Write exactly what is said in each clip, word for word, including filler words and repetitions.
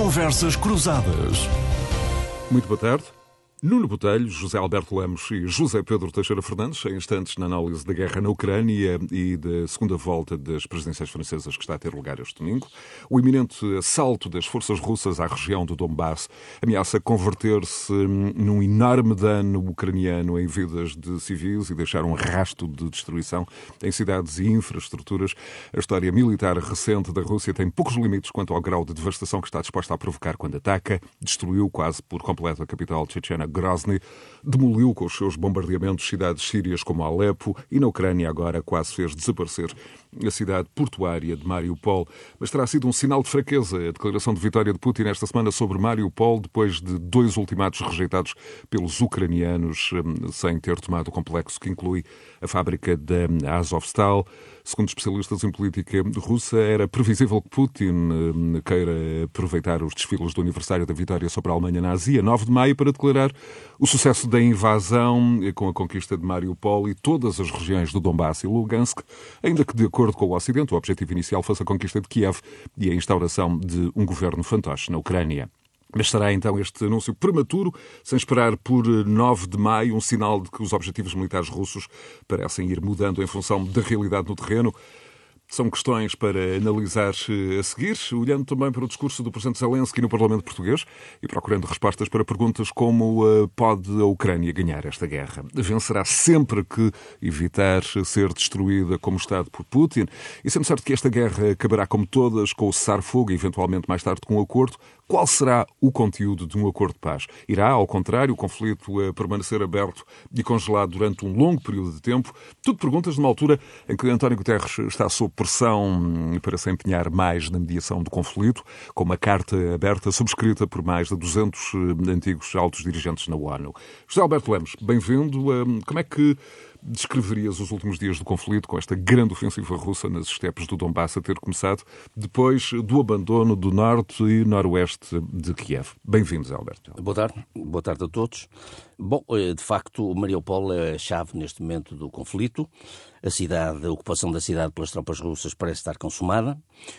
Conversas Cruzadas. Muito boa tarde. Nuno Botelho, José Alberto Lemos e José Pedro Teixeira Fernandes, em instantes na análise da guerra na Ucrânia e da segunda volta das presidenciais francesas que está a ter lugar este domingo. O iminente assalto das forças russas à região do Donbass ameaça converter-se num enorme dano ucraniano em vidas de civis e deixar um rasto de destruição em cidades e infraestruturas. A história militar recente da Rússia tem poucos limites quanto ao grau de devastação que está disposta a provocar quando ataca. Destruiu quase por completo a capital chechena Grozny, demoliu com os seus bombardeamentos cidades sírias como Alepo e na Ucrânia agora quase fez desaparecer a cidade portuária de Mariupol. Mas terá sido um sinal de fraqueza a declaração de vitória de Putin esta semana sobre Mariupol, depois de dois ultimatos rejeitados pelos ucranianos sem ter tomado o complexo que inclui a fábrica da Azovstal. Segundo especialistas em política russa, era previsível que Putin queira aproveitar os desfiles do aniversário da vitória sobre a Alemanha nazi, a nove de maio, para declarar o sucesso da invasão com a conquista de Mariupol e todas as regiões do Donbass e Lugansk, ainda que, de acordo com o Ocidente, o objetivo inicial fosse a conquista de Kiev e a instauração de um governo fantoche na Ucrânia. Mas será então este anúncio prematuro, sem esperar por nove de maio, um sinal de que os objetivos militares russos parecem ir mudando em função da realidade no terreno? São questões para analisar a seguir, olhando também para o discurso do presidente Zelensky no Parlamento português e procurando respostas para perguntas como uh, pode a Ucrânia ganhar esta guerra? Vencerá sempre que evitar ser destruída como Estado por Putin? E sendo certo que esta guerra acabará como todas, com o cessar-fogo e eventualmente mais tarde com um acordo, qual será o conteúdo de um acordo de paz? Irá, ao contrário, o conflito a permanecer aberto e congelado durante um longo período de tempo? Tudo perguntas numa altura em que António Guterres está sob pressão para se empenhar mais na mediação do conflito, com uma carta aberta subscrita por mais de duzentos antigos altos dirigentes na ONU. José Alberto Lemos, bem-vindo. Como é que descreverias os últimos dias do conflito, com esta grande ofensiva russa nas estepes do Donbass a ter começado, depois do abandono do norte e noroeste de Kiev? Bem-vindos, Alberto. Boa tarde. Boa tarde a todos. Bom, de facto, Mariupol é a chave neste momento do conflito. A cidade, a ocupação da cidade pelas tropas russas parece estar consumada.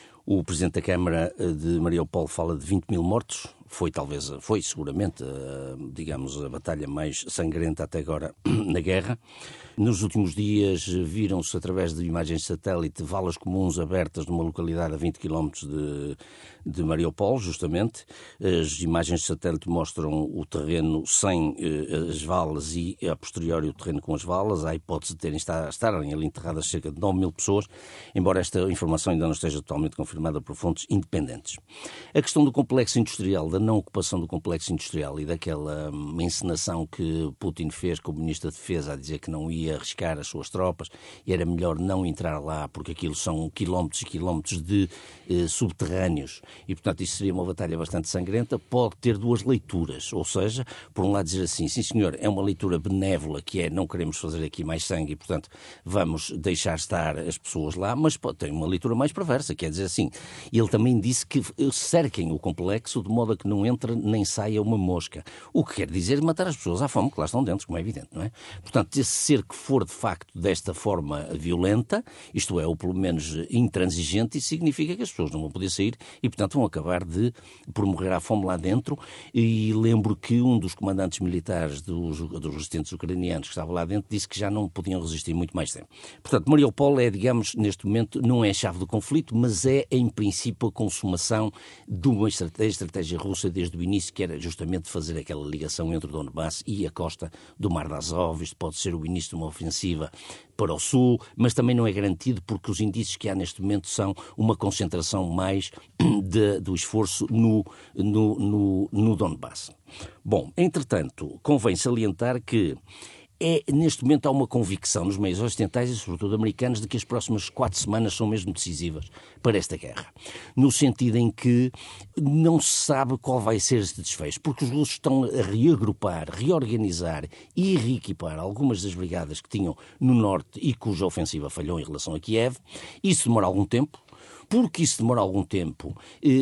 O Presidente da Câmara de Mariupol fala de vinte mil mortos. Foi talvez, foi seguramente, digamos, a batalha mais sangrenta até agora na guerra. Nos últimos dias viram-se, através de imagens de satélite, valas comuns abertas numa localidade a vinte quilómetros de, de Mariupol, justamente. As imagens de satélite mostram o terreno sem eh, as valas e, a posteriori, o terreno com as valas. Há a hipótese de terem, estarem ali enterradas cerca de nove mil pessoas, embora esta informação ainda não esteja totalmente confirmada por fontes independentes. A questão do complexo industrial, da não ocupação do complexo industrial e daquela hum, encenação que Putin fez com o Ministro da Defesa a dizer que não ia arriscar as suas tropas e era melhor não entrar lá porque aquilo são quilómetros e quilómetros de eh, subterrâneos e, portanto, isso seria uma batalha bastante sangrenta, pode ter duas leituras. Ou seja, por um lado dizer assim, sim senhor, é uma leitura benévola que é não queremos fazer aqui mais sangue e, portanto, vamos deixar estar as pessoas lá, mas pode ter uma leitura mais perversa, quer dizer assim, ele também disse que cerquem o complexo de modo a que não entra nem saia uma mosca. O que quer dizer matar as pessoas à fome que lá estão dentro, como é evidente, não é? Portanto, esse cerco for de facto desta forma violenta, isto é, ou pelo menos intransigente, isso significa que as pessoas não vão poder sair e, portanto, vão acabar de, por morrer à fome lá dentro. E lembro que um dos comandantes militares dos, dos resistentes ucranianos que estava lá dentro disse que já não podiam resistir muito mais tempo. Portanto, Mariupol é, digamos, neste momento, não é a chave do conflito, mas é, em princípio, a consumação de uma estratégia, estratégia russa desde o início, que era justamente fazer aquela ligação entre o Donbass e a costa do Mar de Azov. Isto pode ser o início de uma ofensiva para o sul, mas também não é garantido porque os indícios que há neste momento são uma concentração mais de, do esforço no, no, no, no Donbass. Bom, entretanto, convém salientar que É, neste momento há uma convicção nos meios ocidentais e sobretudo americanos de que as próximas quatro semanas são mesmo decisivas para esta guerra. No sentido em que não se sabe qual vai ser este desfecho, porque os russos estão a reagrupar, reorganizar e reequipar algumas das brigadas que tinham no norte e cuja ofensiva falhou em relação a Kiev. Isso demora algum tempo, porque isso demora algum tempo,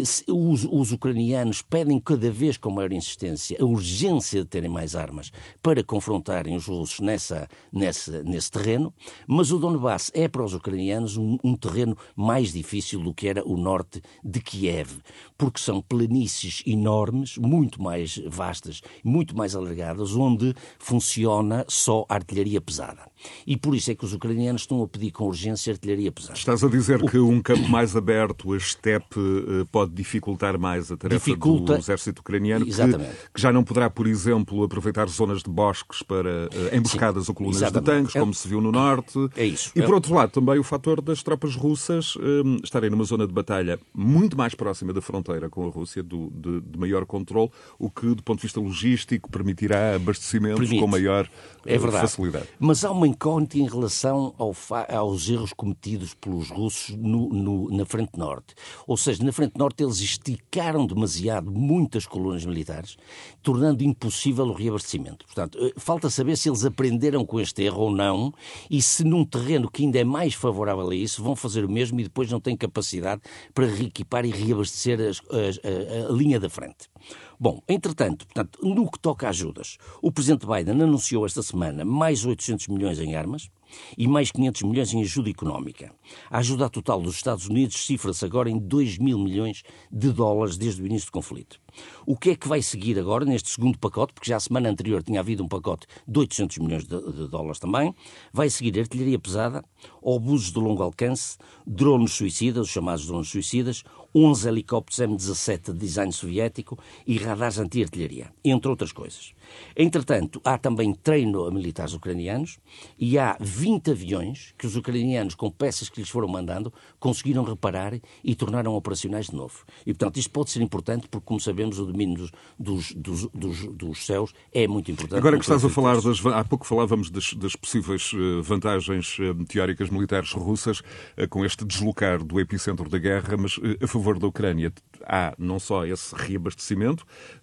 os, os ucranianos pedem cada vez com maior insistência a urgência de terem mais armas para confrontarem os russos nessa, nessa, nesse terreno, mas o Donbass é para os ucranianos um, um terreno mais difícil do que era o norte de Kiev, porque são planícies enormes, muito mais vastas, muito mais alargadas, onde funciona só a artilharia pesada. E por isso é que os ucranianos estão a pedir com urgência artilharia pesada. Estás a dizer o... que um campo mais aberto, a estepe, pode dificultar mais a tarefa Dificulta... do exército ucraniano, que, que já não poderá, por exemplo, aproveitar zonas de bosques para uh, emboscadas Sim, ou colunas exatamente. de tanques, é... como se viu no norte. É isso. E, é... por outro lado, também o fator das tropas russas um, estarem numa zona de batalha muito mais próxima da fronteira com a Rússia, do, de, de maior controle, o que, do ponto de vista logístico, permitirá abastecimentos Permite. com maior uh, é verdade. facilidade. Mas há uma incógnita em relação ao fa... aos erros cometidos pelos russos no, no, na frente norte. Ou seja, na frente norte eles esticaram demasiado muitas colunas militares, tornando impossível o reabastecimento. Portanto, falta saber se eles aprenderam com este erro ou não e se num terreno que ainda é mais favorável a isso vão fazer o mesmo e depois não têm capacidade para reequipar e reabastecer as, as, a, a linha da frente. Bom, entretanto, portanto, no que toca a ajudas, o Presidente Biden anunciou esta semana mais oitocentos milhões em armas e mais quinhentos milhões em ajuda económica. A ajuda total dos Estados Unidos cifra-se agora em dois mil milhões de dólares desde o início do conflito. O que é que vai seguir agora neste segundo pacote, porque já a semana anterior tinha havido um pacote de oitocentos milhões de, de dólares também, vai seguir artilharia pesada, obuses de longo alcance, drones suicidas, os chamados drones suicidas, onze helicópteros M dezassete de design soviético e radares anti-artilharia, entre outras coisas. Entretanto, há também treino a militares ucranianos e há vinte aviões que os ucranianos, com peças que lhes foram mandando, conseguiram reparar e tornaram operacionais de novo. E, portanto, isto pode ser importante porque, como sabemos, o domínio dos, dos, dos, dos céus é muito importante. Agora que estás a falar, das, há pouco falávamos das, das possíveis vantagens teóricas militares russas com este deslocar do epicentro da guerra, mas a favor da Ucrânia há não só esse reabastecimento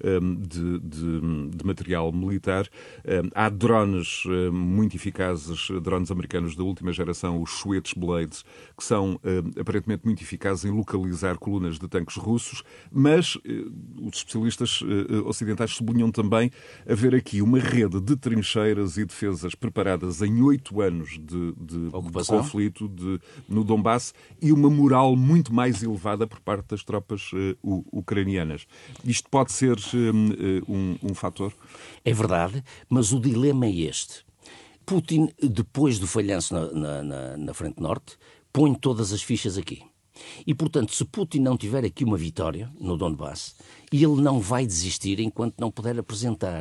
de, de, de material militar, há drones muito eficazes, drones americanos da última geração, os Switchblades, que são aparentemente muito eficazes em localizar colunas de tanques russos, mas os especialistas ocidentais sublinham também haver aqui uma rede de trincheiras e defesas preparadas em oito anos de, de, de conflito de, no Donbass e uma moral muito mais elevada por parte das tropas uh, ucranianas. Isto pode ser uh, um, um fator? É verdade, mas o dilema é este. Putin, depois do falhanço na, na, na, na frente norte, põe todas as fichas aqui. E, portanto, se Putin não tiver aqui uma vitória no Donbass, ele não vai desistir enquanto não puder apresentar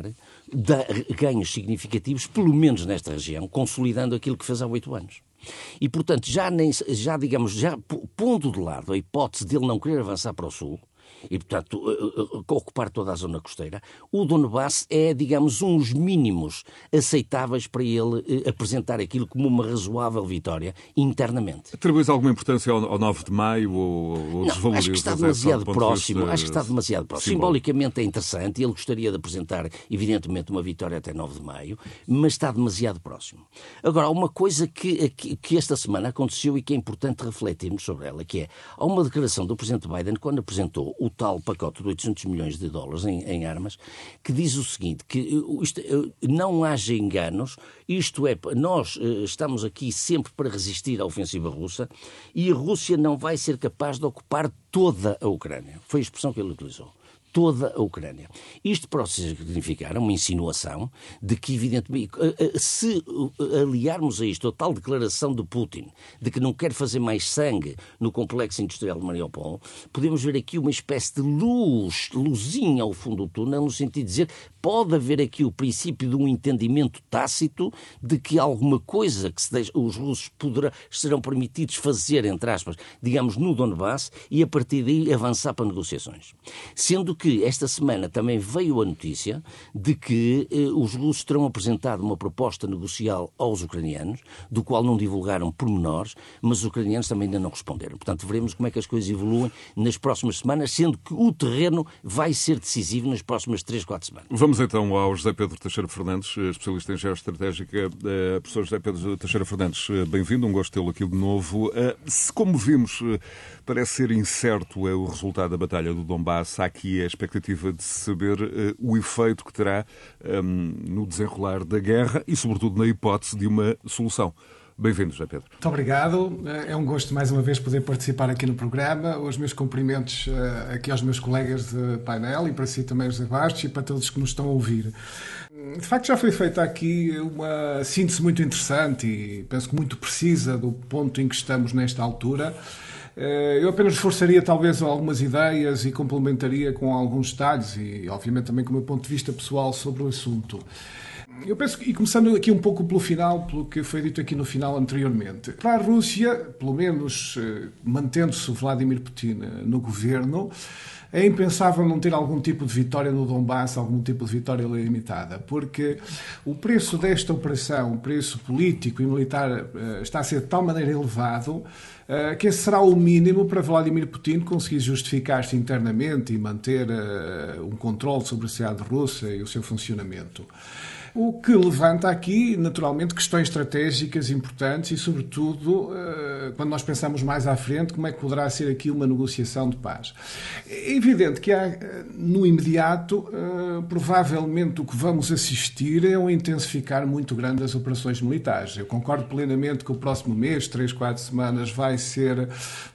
ganhos significativos, pelo menos nesta região, consolidando aquilo que fez há oito anos. E, portanto, já, nem, já, digamos, já pondo de lado a hipótese de ele não querer avançar para o sul, e, portanto, ocupar toda a zona costeira, o Donbass é, digamos, uns mínimos aceitáveis para ele apresentar aquilo como uma razoável vitória internamente. Atribuis alguma importância ao nove de maio ou desvalorizas? Não, acho que está demasiado próximo. Acho que está demasiado próximo. Simbolicamente é interessante, ele gostaria de apresentar, evidentemente, uma vitória até nove de maio, mas está demasiado próximo. Agora, há uma coisa que, que, que esta semana aconteceu e que é importante refletirmos sobre ela, que é, há uma declaração do Presidente Biden, quando apresentou o tal pacote de oitocentos milhões de dólares em, em armas, que diz o seguinte, que isto, não haja enganos, isto é, nós estamos aqui sempre para resistir à ofensiva russa e a Rússia não vai ser capaz de ocupar toda a Ucrânia. Foi a expressão que ele utilizou. Toda a Ucrânia. Isto pode significar uma insinuação de que, evidentemente, se aliarmos a isto a tal declaração de Putin de que não quer fazer mais sangue no complexo industrial de Mariupol, podemos ver aqui uma espécie de luz, luzinha ao fundo do túnel, no sentido de dizer pode haver aqui o princípio de um entendimento tácito de que alguma coisa que se deixa, os russos poderão, serão permitidos fazer, entre aspas, digamos, no Donbass e a partir daí avançar para negociações. Sendo que que esta semana também veio a notícia de que eh, os russos terão apresentado uma proposta negocial aos ucranianos, do qual não divulgaram pormenores, mas os ucranianos também ainda não responderam. Portanto, veremos como é que as coisas evoluem nas próximas semanas, sendo que o terreno vai ser decisivo nas próximas três, quatro semanas. Vamos então ao José Pedro Teixeira Fernandes, especialista em geoestratégica. Professor José Pedro Teixeira Fernandes, bem-vindo, um gosto de tê-lo aqui de novo. Se, como vimos, parece ser incerto o resultado da Batalha do Donbass, há aqui a expectativa de saber o efeito que terá no desenrolar da guerra e, sobretudo, na hipótese de uma solução. Bem-vindo, José Pedro. Muito obrigado. É um gosto, mais uma vez, poder participar aqui no programa. Os meus cumprimentos aqui aos meus colegas de painel e para si também, José Bastos, e para todos que nos estão a ouvir. De facto, já foi feita aqui uma síntese muito interessante e penso que muito precisa do ponto em que estamos nesta altura. Eu apenas reforçaria talvez algumas ideias e complementaria com alguns detalhes e, obviamente, também com o meu ponto de vista pessoal sobre o assunto. Eu penso que, e começando aqui um pouco pelo final, pelo que foi dito aqui no final anteriormente, para a Rússia, pelo menos mantendo-se o Vladimir Putin no governo, é impensável não ter algum tipo de vitória no Donbass, algum tipo de vitória limitada, porque o preço desta operação, o preço político e militar, está a ser de tal maneira elevado que esse será o mínimo para Vladimir Putin conseguir justificar-se internamente e manter um controle sobre a sociedade russa e o seu funcionamento. O que levanta aqui, naturalmente, questões estratégicas importantes e, sobretudo, quando nós pensamos mais à frente, como é que poderá ser aqui uma negociação de paz. É evidente que há, no imediato, provavelmente o que vamos assistir é um intensificar muito grande das operações militares. Eu concordo plenamente que o próximo mês, três, quatro semanas, vai ser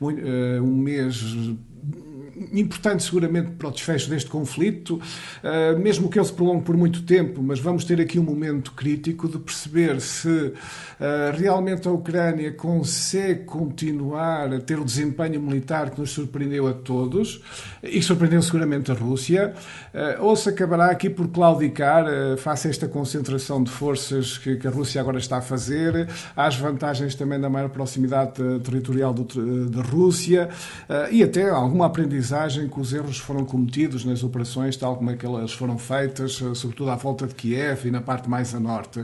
um mês importante seguramente para o desfecho deste conflito, mesmo que ele se prolongue por muito tempo, mas vamos ter aqui um momento crítico de perceber se realmente a Ucrânia consegue continuar a ter o desempenho militar que nos surpreendeu a todos e surpreendeu seguramente a Rússia, ou se acabará aqui por claudicar face a esta concentração de forças que a Rússia agora está a fazer, às vantagens também da maior proximidade territorial da Rússia e até alguma aprendizagem que os erros foram cometidos nas operações, tal como aquelas foram feitas, sobretudo à volta de Kiev e na parte mais a norte.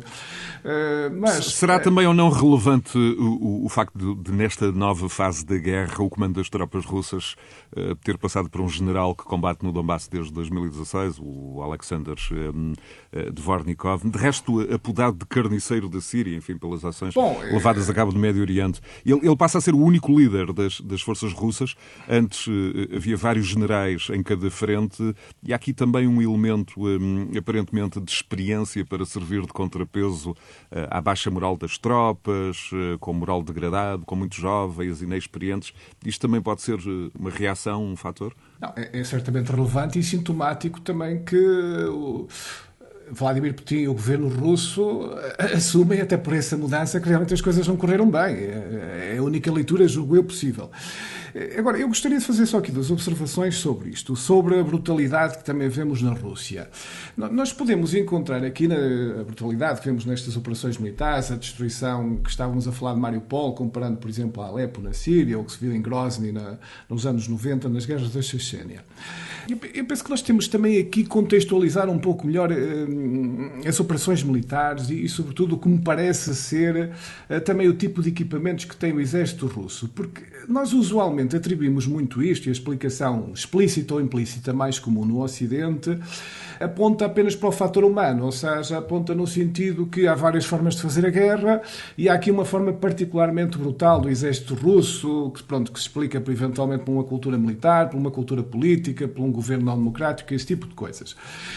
Mas será também ou não relevante o, o, o facto de, de, nesta nova fase da guerra, o comando das tropas russas uh, ter passado por um general que combate no Donbass desde dois mil e dezasseis, o Alexander um, uh, Dvornikov, de resto apodado de carniceiro da Síria, enfim, pelas ações Bom, levadas é... a cabo do Médio Oriente. Ele, ele passa a ser o único líder das, das forças russas. Antes uh, havia vários generais em cada frente e há aqui também um elemento um, aparentemente de experiência para servir de contrapeso uh, à baixa moral das tropas, uh, com moral degradado, com muitos jovens, inexperientes. Isto também pode ser uh, uma reação, um fator? Não, é, é certamente relevante e sintomático também que o Vladimir Putin e o governo russo assumem, até por essa mudança, que realmente as coisas não correram bem. É a única leitura, julgo eu, possível. Agora, eu gostaria de fazer só aqui duas observações sobre isto, sobre a brutalidade que também vemos na Rússia. Nós podemos encontrar aqui na brutalidade que vemos nestas operações militares, a destruição que estávamos a falar de Mariupol, comparando, por exemplo, a Alepo na Síria, ou que se viu em Grozny na, nos anos noventa, nas guerras da Chechênia. Eu, eu penso que nós temos também aqui contextualizar um pouco melhor eh, as operações militares e, e, sobretudo, o que me parece ser eh, também o tipo de equipamentos que tem o exército russo, porque nós usualmente atribuímos muito isto, e a explicação explícita ou implícita mais comum no Ocidente aponta apenas para o fator humano, ou seja, aponta no sentido que há várias formas de fazer a guerra e há aqui uma forma particularmente brutal do exército russo, que, pronto, que se explica eventualmente por uma cultura militar, por uma cultura política, por um governo não democrático, esse tipo de coisas.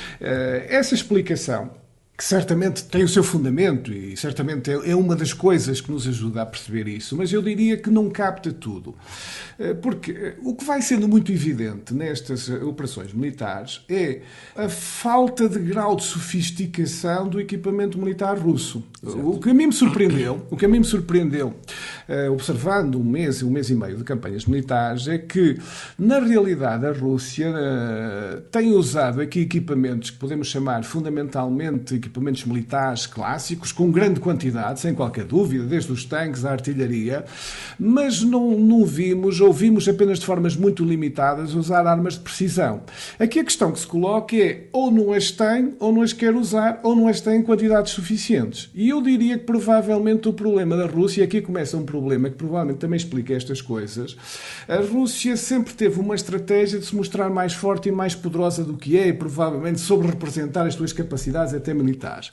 Essa explicação, que certamente tem o seu fundamento e certamente é uma das coisas que nos ajuda a perceber isso, mas eu diria que não capta tudo. Porque o que vai sendo muito evidente nestas operações militares é a falta de grau de sofisticação do equipamento militar russo. Exato. O que a mim me surpreendeu, o que a mim me surpreendeu observando um mês, um mês e meio de campanhas militares, é que, na realidade, a Rússia tem usado aqui equipamentos que podemos chamar fundamentalmente equipamentos militares clássicos, com grande quantidade, sem qualquer dúvida, desde os tanques à artilharia, mas não, não vimos, ou vimos apenas de formas muito limitadas, usar armas de precisão. Aqui a questão que se coloca é ou não as tem, ou não as quer usar, ou não as tem em quantidades suficientes. E eu diria que provavelmente o problema da Rússia, aqui começa um problema que provavelmente também explica estas coisas, a Rússia sempre teve uma estratégia de se mostrar mais forte e mais poderosa do que é, e provavelmente sobre representar as suas capacidades até militares.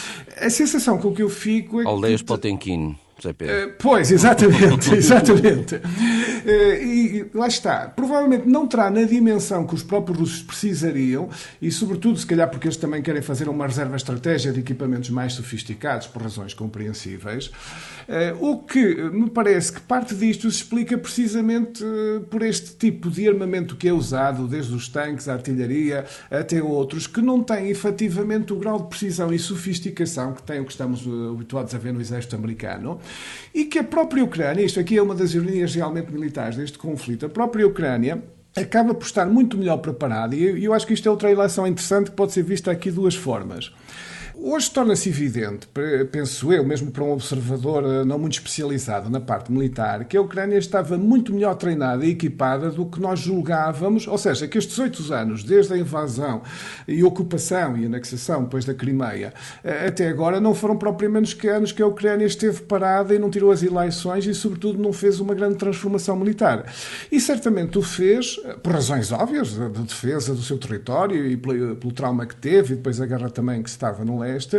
A sensação com que eu fico é que... Aldeias Potemkin. Uh, pois, exatamente, exatamente. Uh, e, e lá está. Provavelmente não terá na dimensão que os próprios russos precisariam e, sobretudo, se calhar porque eles também querem fazer uma reserva estratégica de equipamentos mais sofisticados, por razões compreensíveis. Uh, o que me parece que parte disto se explica precisamente uh, por este tipo de armamento que é usado, desde os tanques, a artilharia, até outros, que não têm efetivamente o grau de precisão e sofisticação que tem o que estamos uh, habituados a ver no exército americano. E que a própria Ucrânia, isto aqui é uma das ironias realmente militares deste conflito, a própria Ucrânia acaba por estar muito melhor preparada, e eu acho que isto é outra ilação interessante que pode ser vista aqui de duas formas. Hoje torna-se evidente, penso eu, mesmo para um observador não muito especializado na parte militar, que a Ucrânia estava muito melhor treinada e equipada do que nós julgávamos, ou seja, que estes oito anos, desde a invasão e ocupação e anexação depois da Crimeia, até agora não foram propriamente que anos que a Ucrânia esteve parada e não tirou as eleições e, sobretudo, não fez uma grande transformação militar. E certamente o fez, por razões óbvias, de defesa do seu território e pelo, pelo trauma que teve e depois a guerra também que estava no leste. Este,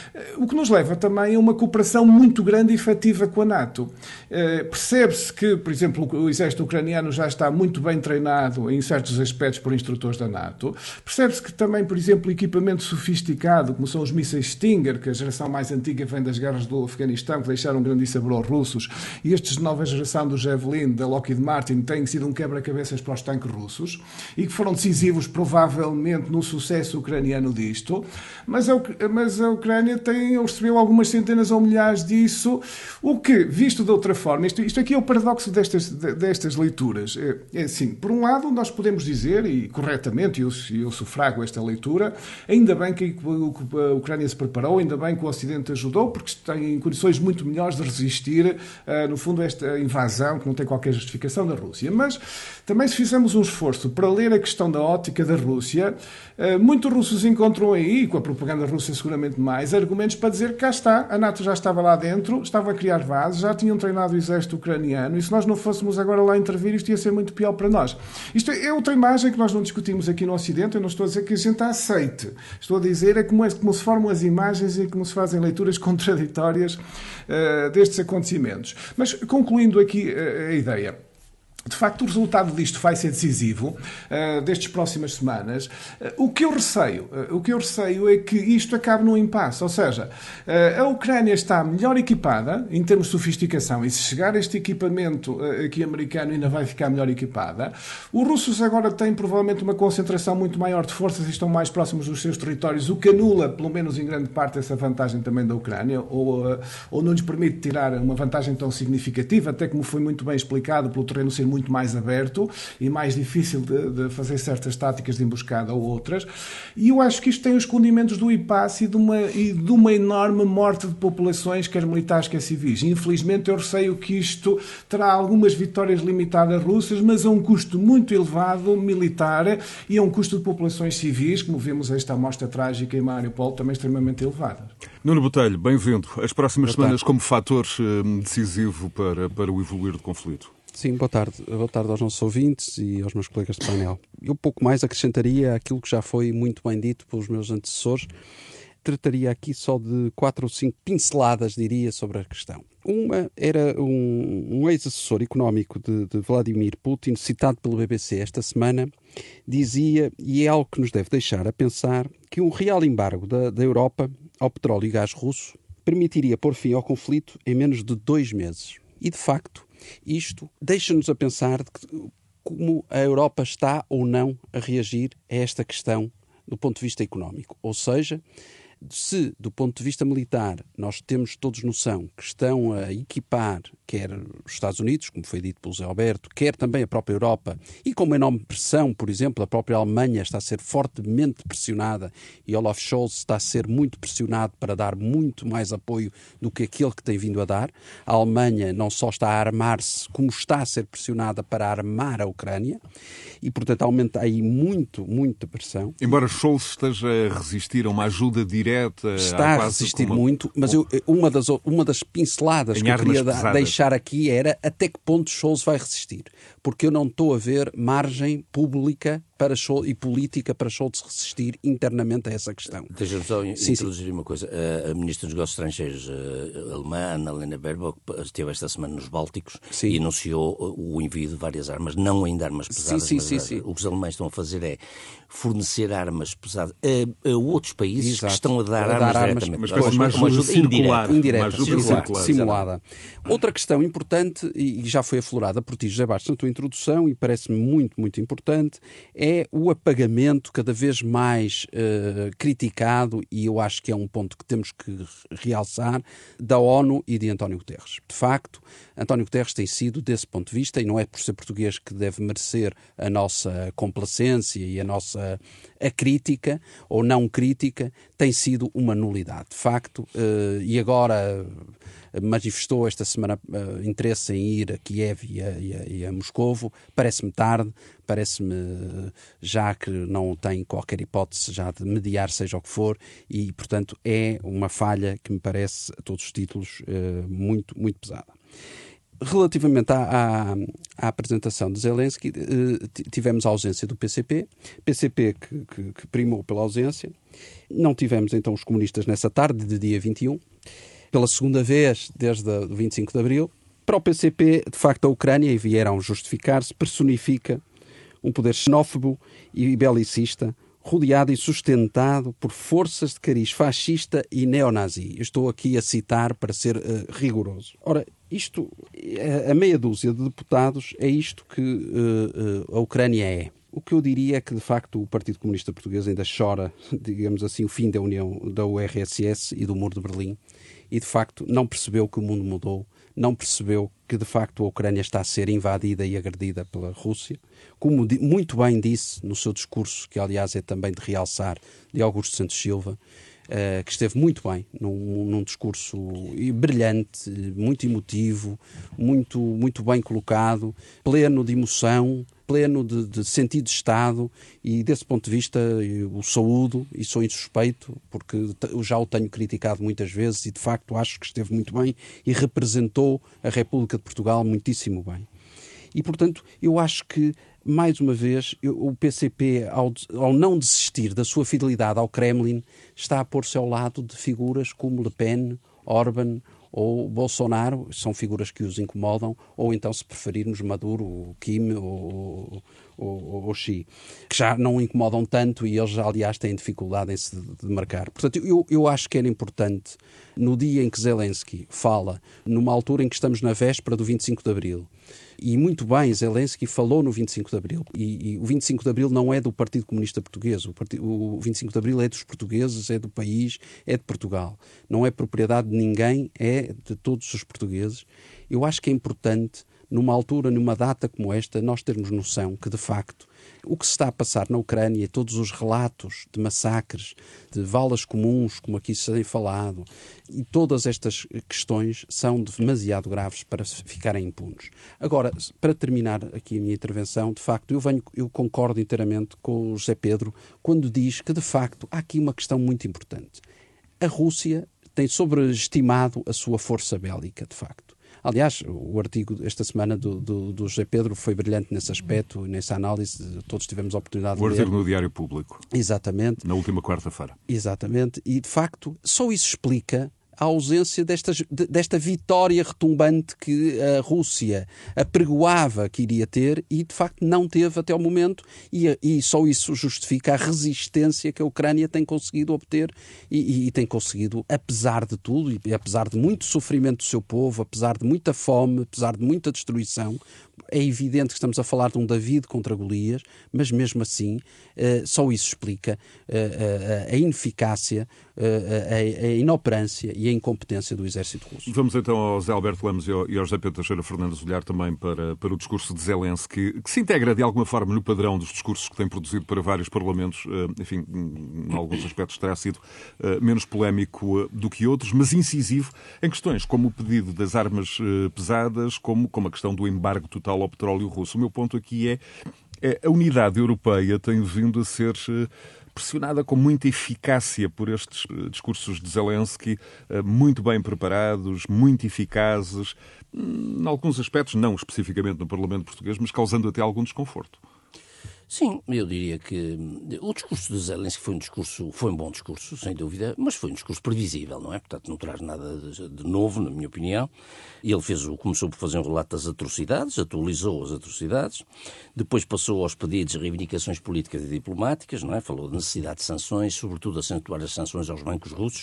o que nos leva também a uma cooperação muito grande e efetiva com a NATO. Eh, percebe-se que, por exemplo, o exército ucraniano já está muito bem treinado em certos aspectos por instrutores da NATO. Percebe-se que também, por exemplo, equipamento sofisticado, como são os mísseis Stinger, que a geração mais antiga vem das guerras do Afeganistão, que deixaram um grande sabor aos russos, e estes de nova geração do Javelin, da Lockheed Martin, têm sido um quebra-cabeças para os tanques russos e que foram decisivos, provavelmente, no sucesso ucraniano disto. Mas é o que mas a Ucrânia tem, recebeu algumas centenas ou milhares disso, o que, visto de outra forma, isto, isto aqui é o paradoxo destas, destas leituras. É, é assim, por um lado, nós podemos dizer, e corretamente, eu, eu sufrago esta leitura, ainda bem que a Ucrânia se preparou, ainda bem que o Ocidente ajudou, porque tem condições muito melhores de resistir, no fundo, a esta invasão, que não tem qualquer justificação da Rússia. Mas também, se fizermos um esforço para ler a questão da ótica da Rússia, muitos russos encontram aí, com a propaganda russa seguramente mais, argumentos para dizer que cá está, a NATO já estava lá dentro, estava a criar bases, já tinham treinado o exército ucraniano, e se nós não fôssemos agora lá intervir, isto ia ser muito pior para nós. Isto é outra imagem que nós não discutimos aqui no Ocidente, eu não estou a dizer que a gente a aceite, estou a dizer é como, é, como se formam as imagens e como se fazem leituras contraditórias uh, destes acontecimentos. Mas, concluindo aqui uh, a ideia, de facto, o resultado disto vai ser decisivo uh, destas próximas semanas. Uh, o que eu receio, uh, o que eu receio é que isto acabe num impasse. Ou seja, uh, a Ucrânia está melhor equipada em termos de sofisticação e se chegar este equipamento uh, aqui americano ainda vai ficar melhor equipada. Os russos agora têm provavelmente uma concentração muito maior de forças e estão mais próximos dos seus territórios, o que anula, pelo menos em grande parte, essa vantagem também da Ucrânia, ou, uh, ou não lhes permite tirar uma vantagem tão significativa, até como foi muito bem explicado pelo terreno ser muito mais aberto e mais difícil de, de fazer certas táticas de emboscada ou outras. E eu acho que isto tem os condimentos do impasse e de uma, e de uma enorme morte de populações, quer militares, quer civis. Infelizmente, eu receio que isto terá algumas vitórias limitadas russas, mas a um custo muito elevado militar e a um custo de populações civis, como vimos esta amostra trágica em Mariupol, também extremamente elevada. Nuno Botelho, bem-vindo. As próximas semanas como fator decisivo para, para o evoluir do conflito. Sim, boa tarde. Boa tarde aos nossos ouvintes e aos meus colegas de painel. Eu pouco mais acrescentaria aquilo que já foi muito bem dito pelos meus antecessores. Trataria aqui só de quatro ou cinco pinceladas, diria, sobre a questão. Uma era um, um ex-assessor económico de, de Vladimir Putin, citado pelo B B C esta semana, dizia, e é algo que nos deve deixar a pensar, que um real embargo da, da Europa ao petróleo e gás russo permitiria pôr fim ao conflito em menos de dois meses. E, de facto, isto deixa-nos a pensar de como a Europa está ou não a reagir a esta questão do ponto de vista económico. Ou seja, Se, do ponto de vista militar, nós temos todos noção que estão a equipar, quer os Estados Unidos, como foi dito pelo José Alberto, quer também a própria Europa, e com uma enorme pressão, por exemplo, a própria Alemanha está a ser fortemente pressionada e Olaf Scholz está a ser muito pressionado para dar muito mais apoio do que aquele que tem vindo a dar. A Alemanha não só está a armar-se, como está a ser pressionada para armar a Ucrânia, e, portanto, aumenta aí muito, muita pressão. Embora Scholz esteja a resistir a uma ajuda direta... Está a resistir uma... muito, mas eu, uma, das, uma das pinceladas em que eu queria da, deixar aqui era até que ponto Scholz vai resistir. Porque eu não estou a ver margem pública para Scholz, e política para Scholz resistir internamente a essa questão. Deixa-me só sim, introduzir sim. uma coisa. A, a Ministra dos Negócios Estrangeiros a, alemã, Annalena Baerbock, esteve esta semana nos Bálticos sim. e anunciou o envio de várias armas, não ainda armas pesadas, sim, sim, mas sim, sim. o que os alemães estão a fazer é fornecer armas pesadas a, a outros países Exato. que estão a dar, a dar armas, armas diretamente. Mas uma ajuda, ajuda circular, indireta, uma ajuda circular, circular. simulada. Outra questão importante, e já foi aflorada por ti, José Bastos, na tua introdução, e parece-me muito, muito importante, é o apagamento cada vez mais uh, criticado, e eu acho que é um ponto que temos que realçar, da ONU e de António Guterres. De facto, António Guterres tem sido, desse ponto de vista, e não é por ser português que deve merecer a nossa complacência e a nossa a crítica, ou não crítica, tem sido uma nulidade. De facto, uh, e agora... manifestou esta semana uh, interesse em ir a Kiev e a, e a, e a Moscovo. Parece-me tarde, parece-me uh, já que não tem qualquer hipótese já de mediar, seja o que for, e, portanto, é uma falha que me parece, a todos os títulos, uh, muito, muito pesada. Relativamente à, à, à apresentação de Zelensky, uh, tivemos a ausência do P C P, P C P que, que, que primou pela ausência. Não tivemos, então, os comunistas nessa tarde de dia vinte e um, pela segunda vez desde o vinte e cinco de Abril. Para o P C P, de facto, a Ucrânia, e vieram justificar-se, personifica um poder xenófobo e belicista, rodeado e sustentado por forças de cariz fascista e neonazi. Eu estou aqui a citar para ser uh, rigoroso. Ora, isto, a meia dúzia de deputados, é isto que uh, uh, a Ucrânia é. O que eu diria é que, de facto, o Partido Comunista Português ainda chora, digamos assim, o fim da União da U R S S e do Muro de Berlim, e, de facto, não percebeu que o mundo mudou, não percebeu que, de facto, a Ucrânia está a ser invadida e agredida pela Rússia. Como muito bem disse no seu discurso, que, aliás, é também de realçar, de Augusto Santos Silva, uh, que esteve muito bem, num, num discurso brilhante, muito emotivo, muito, muito bem colocado, pleno de emoção, pleno de, de sentido de Estado, e desse ponto de vista eu o saúdo e sou insuspeito, porque eu já o tenho criticado muitas vezes e de facto acho que esteve muito bem e representou a República de Portugal muitíssimo bem. E portanto eu acho que, mais uma vez, eu, o P C P, ao, ao não desistir da sua fidelidade ao Kremlin, está a pôr-se ao lado de figuras como Le Pen, Orban ou Bolsonaro, são figuras que os incomodam, ou então, se preferirmos, Maduro, Kim ou, ou, ou Xi, que já não incomodam tanto e eles, aliás, têm dificuldade em se demarcar. Portanto, eu, eu acho que era importante, no dia em que Zelensky fala, numa altura em que estamos na véspera do vinte e cinco de Abril, e muito bem, Zelensky falou no vinte e cinco de Abril, e, e o vinte e cinco de Abril não é do Partido Comunista Português, o, Partido, o vinte e cinco de Abril é dos portugueses, é do país, é de Portugal. Não é propriedade de ninguém, é de todos os portugueses. Eu acho que é importante, numa altura, numa data como esta, nós termos noção que, de facto, o que se está a passar na Ucrânia, todos os relatos de massacres, de valas comuns, como aqui se tem falado, e todas estas questões são demasiado graves para ficarem impunes. Agora, para terminar aqui a minha intervenção, de facto, eu, venho, eu concordo inteiramente com o José Pedro quando diz que, de facto, há aqui uma questão muito importante. A Rússia tem sobreestimado a sua força bélica, de facto. Aliás, o artigo esta semana do, do, do José Pedro foi brilhante nesse aspecto, nessa análise, todos tivemos a oportunidade de ler. O artigo no Diário Público. Exatamente. Na última quarta-feira. Exatamente. E, de facto, só isso explica a ausência destas, desta vitória retumbante que a Rússia apregoava que iria ter e, de facto, não teve até ao momento, e, e só isso justifica a resistência que a Ucrânia tem conseguido obter e, e tem conseguido, apesar de tudo, e apesar de muito sofrimento do seu povo, apesar de muita fome, apesar de muita destruição, é evidente que estamos a falar de um David contra Golias, mas mesmo assim só isso explica a ineficácia, a inoperância e a incompetência do exército russo. Vamos então ao José Alberto Lemos e ao José Pedro Teixeira Fernandes olhar também para, para o discurso de Zelensky, que se integra de alguma forma no padrão dos discursos que tem produzido para vários parlamentos. Enfim, em alguns aspectos terá sido menos polémico do que outros, mas incisivo em questões como o pedido das armas pesadas, como, como a questão do embargo total ao petróleo russo. O meu ponto aqui é, é a unidade europeia tem vindo a ser pressionada com muita eficácia por estes discursos de Zelensky, muito bem preparados, muito eficazes, em alguns aspectos, não especificamente no Parlamento português, mas causando até algum desconforto. Sim, eu diria que o discurso de Zelensky foi um discurso, foi um bom discurso, sem dúvida, mas foi um discurso previsível, não é? Portanto, não traz nada de, de novo, na minha opinião. Ele fez, começou por fazer um relato das atrocidades, atualizou as atrocidades, depois passou aos pedidos e reivindicações políticas e diplomáticas, não é? Falou da necessidade de sanções, sobretudo acentuar as sanções aos bancos russos,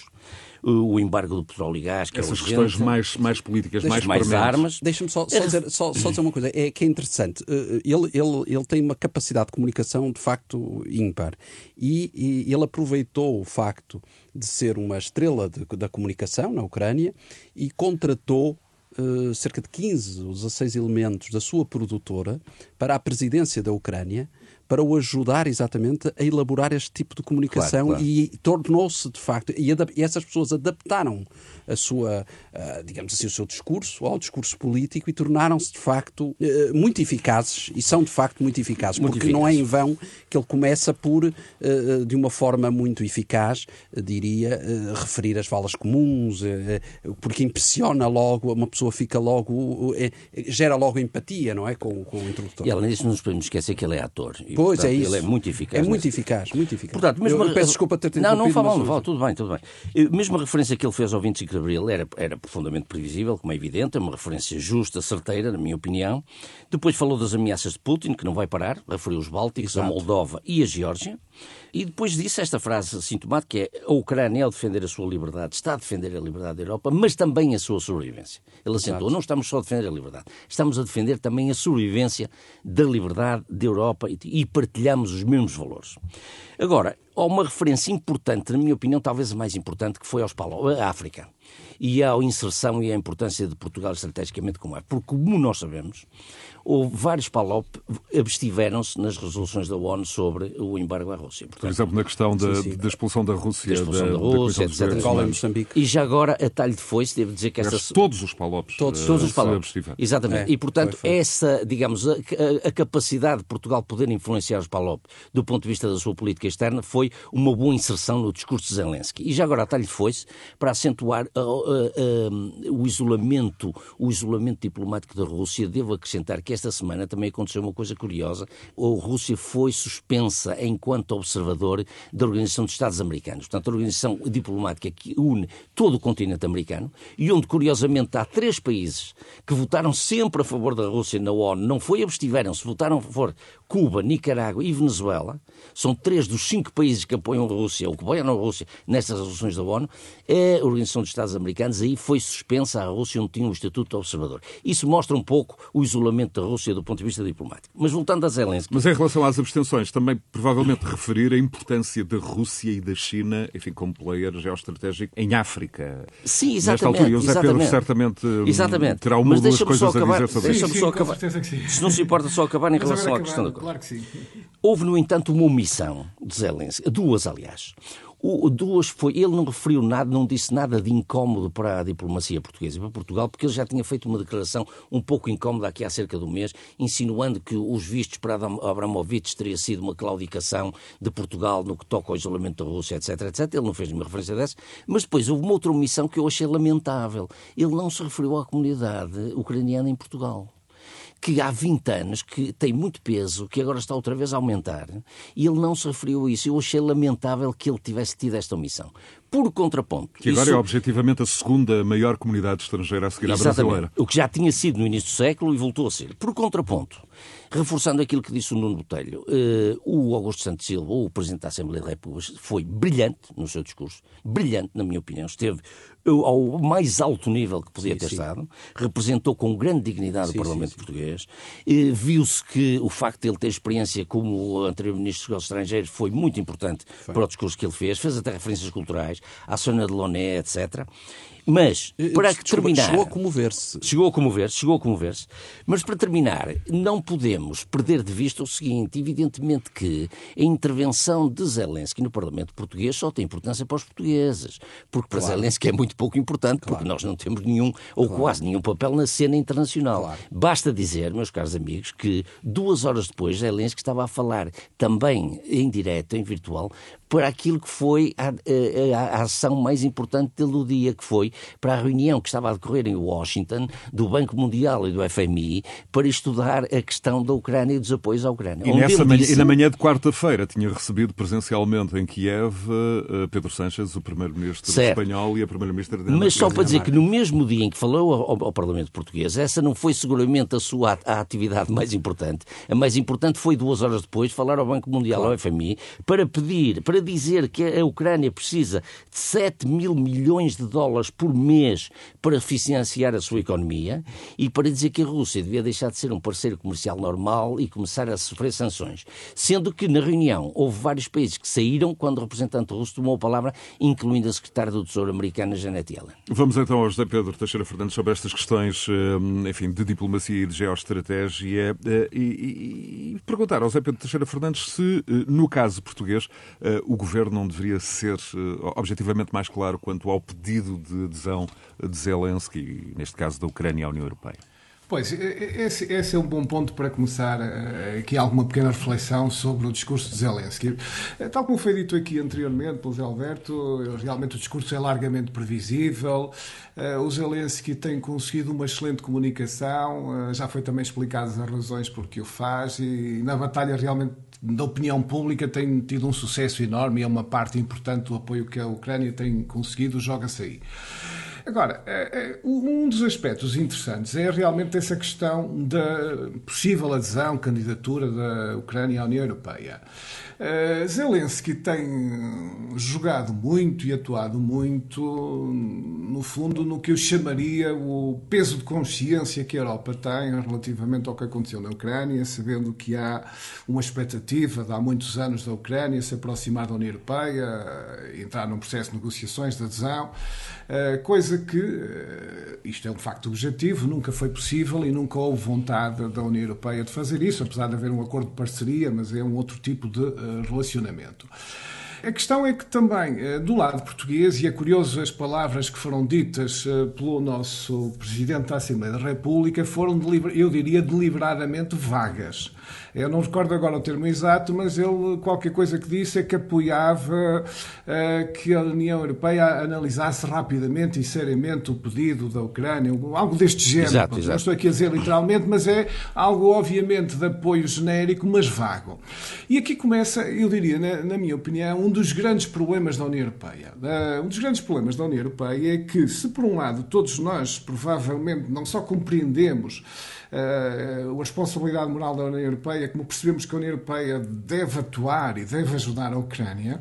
o embargo do petróleo e gás, que essas é questões mais, mais políticas, mais, mais armas. Deixa-me só, só, dizer, só, só dizer uma coisa, é que é interessante. Ele, ele, ele tem uma capacidade de comunicação de facto ímpar e, e ele aproveitou o facto de ser uma estrela de, da comunicação na Ucrânia e contratou uh, cerca de quinze ou dezasseis elementos da sua produtora para a presidência da Ucrânia, para o ajudar exatamente a elaborar este tipo de comunicação. Claro, claro. E tornou-se, de facto, e, e essas pessoas adaptaram a sua, uh, digamos assim, o seu discurso ao discurso político e tornaram-se, de facto, uh, muito eficazes, e são, de facto, muito eficazes, muito porque eficaz. Não é em vão que ele começa por, uh, de uma forma muito eficaz, uh, diria, uh, referir as falas comuns, uh, porque impressiona logo, uma pessoa fica logo, uh, uh, gera logo empatia, não é, com, com o interlocutor. E além disso, não nos podemos esquecer que ele é ator. E, pois, portanto, é isso. Ele é muito eficaz. É muito nesse... eficaz, muito eficaz. Portanto, mesmo eu, eu peço desculpa ter Não, não fala, mas... não fala, tudo bem, tudo bem. Mesmo a referência que ele fez ao vinte e cinco de Abril era, era profundamente previsível, como é evidente, é uma referência justa, certeira, na minha opinião. Depois falou das ameaças de Putin, que não vai parar, referiu os Bálticos, Exato. A Moldova e a Geórgia. E depois disse esta frase sintomática, que é: a Ucrânia, ao defender a sua liberdade, está a defender a liberdade da Europa, mas também a sua sobrevivência. Ele assentou, Exato. Não estamos só a defender a liberdade, estamos a defender também a sobrevivência da liberdade da Europa e partilhamos os mesmos valores. Agora, há uma referência importante, na minha opinião, talvez a mais importante, que foi aos Palo, à África. E à inserção e à importância de Portugal estrategicamente como é. Porque, como nós sabemos, houve vários P A L O P abstiveram-se nas resoluções da ONU sobre o embargo à Rússia. Portanto, por exemplo, na questão da, sim, sim. da expulsão da Rússia, da, expulsão da, da Rússia, da etcétera. Angola e Moçambique. E já agora, a talho de foice, devo dizer que essa... Todos os P A L O Ps. Todos, todos os P A L O Ps. Exatamente. É, e, portanto, foi, foi. essa, digamos, a, a, a capacidade de Portugal poder influenciar os P A L O P do ponto de vista da sua política externa foi uma boa inserção no discurso de Zelensky. E já agora, a talho de foice, para acentuar a, a, a, o isolamento, o isolamento diplomático da Rússia, devo acrescentar que esta semana também aconteceu uma coisa curiosa. A Rússia foi suspensa enquanto observador da Organização dos Estados Americanos, portanto, a organização diplomática que une todo o continente americano e onde, curiosamente, há três países que votaram sempre a favor da Rússia na ONU, não foi abstiveram-se, votaram a favor: Cuba, Nicarágua e Venezuela. São três dos cinco países que apoiam a Rússia, ou que apoiam a Rússia nestas resoluções da ONU. A Organização dos Estados Americanos aí foi suspensa, a Rússia não tinha o estatuto de observador. Isso mostra um pouco o isolamento da Rússia do ponto de vista diplomático. Mas voltando a Zelensky... Mas em relação às abstenções, também provavelmente referir a importância da Rússia e da China, enfim, como player geoestratégico em África. Sim, exatamente. Nesta altura, e o José Pedro certamente exatamente. terá uma ou duas coisas acabar, a dizer sobre isso. Deixa-me só acabar. Se não se importa só acabar em relação à questão da coisa. Claro que sim. Houve, no entanto, uma omissão de Zelensky, duas, aliás. O, duas foi, ele não referiu nada, não disse nada de incómodo para a diplomacia portuguesa e para Portugal, porque ele já tinha feito uma declaração um pouco incómoda aqui há cerca de um mês, insinuando que os vistos para Abramovich teria sido uma claudicação de Portugal no que toca ao isolamento da Rússia, etc, etcétera. Ele não fez nenhuma referência dessa, mas depois houve uma outra omissão que eu achei lamentável. Ele não se referiu à comunidade ucraniana em Portugal, que há vinte anos, que tem muito peso, que agora está outra vez a aumentar, e ele não se referiu a isso. Eu achei lamentável que ele tivesse tido esta omissão. Por contraponto... Que agora isso... é objetivamente a segunda maior comunidade estrangeira a seguir à Exatamente. brasileira. O que já tinha sido no início do século e voltou a ser. Por contraponto, Reforçando aquilo que disse o Nuno Botelho, uh, o Augusto Santos Silva, o Presidente da Assembleia da República, foi brilhante no seu discurso, brilhante, na minha opinião, esteve ao mais alto nível que podia sim, ter sim. estado, representou com grande dignidade sim, o Parlamento sim, sim. português, uh, viu-se que o facto de ele ter experiência como anterior Ministro dos Estrangeiros foi muito importante foi. para o discurso que ele fez, fez até referências culturais, à Sônia Delaunay, etcétera. Mas, para Desculpa, terminar... Chegou a comover-se. Chegou a comover-se, chegou a comover-se. Mas, para terminar, não podemos perder de vista o seguinte. Evidentemente que a intervenção de Zelensky no Parlamento português só tem importância para os portugueses. Porque para claro. Zelensky é muito pouco importante, claro. porque nós não temos nenhum, ou claro. quase nenhum papel na cena internacional. Claro. Basta dizer, meus caros amigos, que duas horas depois Zelensky estava a falar também em direto, em virtual, para aquilo que foi a, a, a ação mais importante dele do dia, que foi para a reunião que estava a decorrer em Washington do Banco Mundial e do F M I para estudar a questão da Ucrânia e dos apoios à Ucrânia. E, nessa manhã, disse... e na manhã de quarta-feira tinha recebido presencialmente em Kiev uh, Pedro Sánchez, o primeiro-ministro espanhol, e a primeira-ministra da Mas só para dizer que no mesmo dia em que falou ao, ao Parlamento português, essa não foi seguramente a sua a atividade mais importante. A mais importante foi duas horas depois falar ao Banco Mundial, claro. ao F M I, para pedir, para dizer que a Ucrânia precisa de sete mil milhões de dólares por mês para financiar a sua economia e para dizer que a Rússia devia deixar de ser um parceiro comercial normal e começar a sofrer sanções. Sendo que na reunião houve vários países que saíram quando o representante russo tomou a palavra, incluindo a secretária do Tesouro americana, Janet Yellen. Vamos então ao José Pedro Teixeira Fernandes sobre estas questões, enfim, de diplomacia e de geoestratégia e, e, e perguntar ao José Pedro Teixeira Fernandes se, no caso português, o governo não deveria ser objetivamente mais claro quanto ao pedido de adesão de Zelensky, neste caso da Ucrânia à União Europeia. Pois, esse, esse é um bom ponto para começar aqui alguma pequena reflexão sobre o discurso de Zelensky. Tal como foi dito aqui anteriormente pelo Zé Alberto, realmente o discurso é largamente previsível. O Zelensky tem conseguido uma excelente comunicação, já foi também explicadas as razões por que o faz, e na batalha realmente da opinião pública tem tido um sucesso enorme e é uma parte importante do apoio que a Ucrânia tem conseguido, joga-se aí. Agora, um dos aspectos interessantes é realmente essa questão da possível adesão, candidatura da Ucrânia à União Europeia. Zelensky tem jogado muito e atuado muito, no fundo, no que eu chamaria o peso de consciência que a Europa tem relativamente ao que aconteceu na Ucrânia, sabendo que há uma expectativa de há muitos anos da Ucrânia se aproximar da União Europeia, entrar num processo de negociações de adesão, coisa que, isto é um facto objetivo, nunca foi possível e nunca houve vontade da União Europeia de fazer isso, apesar de haver um acordo de parceria, mas é um outro tipo de relacionamento. A questão é que também, do lado português, e é curioso as palavras que foram ditas pelo nosso Presidente da Assembleia da República, foram, eu diria, deliberadamente vagas. Eu não recordo agora o termo exato, mas ele, qualquer coisa que disse é que apoiava uh, que a União Europeia analisasse rapidamente e seriamente o pedido da Ucrânia, algo deste género. Exato, não exato. estou aqui a dizer literalmente, mas é algo obviamente de apoio genérico, mas vago. E aqui começa, eu diria, na, na minha opinião, um dos grandes problemas da União Europeia. Uh, um dos grandes problemas da União Europeia é que, se por um lado todos nós provavelmente não só compreendemos Uh, a responsabilidade moral da União Europeia, como percebemos que a União Europeia deve atuar e deve ajudar a Ucrânia,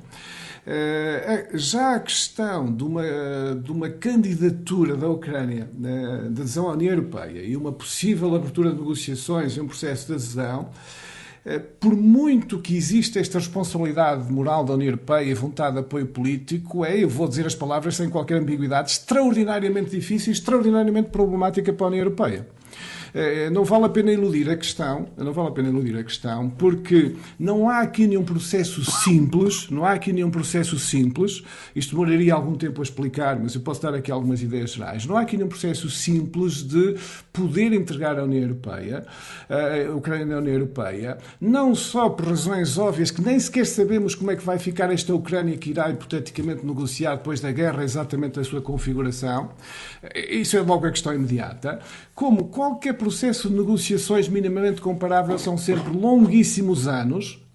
uh, já a questão de uma, de uma candidatura da Ucrânia uh, de adesão à União Europeia e uma possível abertura de negociações e um processo de adesão, uh, por muito que exista esta responsabilidade moral da União Europeia e vontade de apoio político, é, eu vou dizer as palavras sem qualquer ambiguidade, extraordinariamente difícil e extraordinariamente problemática para a União Europeia. Não vale a pena iludir a questão, não vale a pena iludir a questão, porque não há aqui nenhum processo simples, não há aqui nenhum processo simples, isto demoraria algum tempo a explicar, mas eu posso dar aqui algumas ideias gerais. Não há aqui nenhum processo simples de poder entregar à União Europeia, a Ucrânia na União Europeia, não só por razões óbvias que nem sequer sabemos como é que vai ficar esta Ucrânia que irá hipoteticamente negociar depois da guerra exatamente a sua configuração, isso é logo a questão imediata, como qualquer processo de negociações minimamente comparável são sempre longuíssimos anos,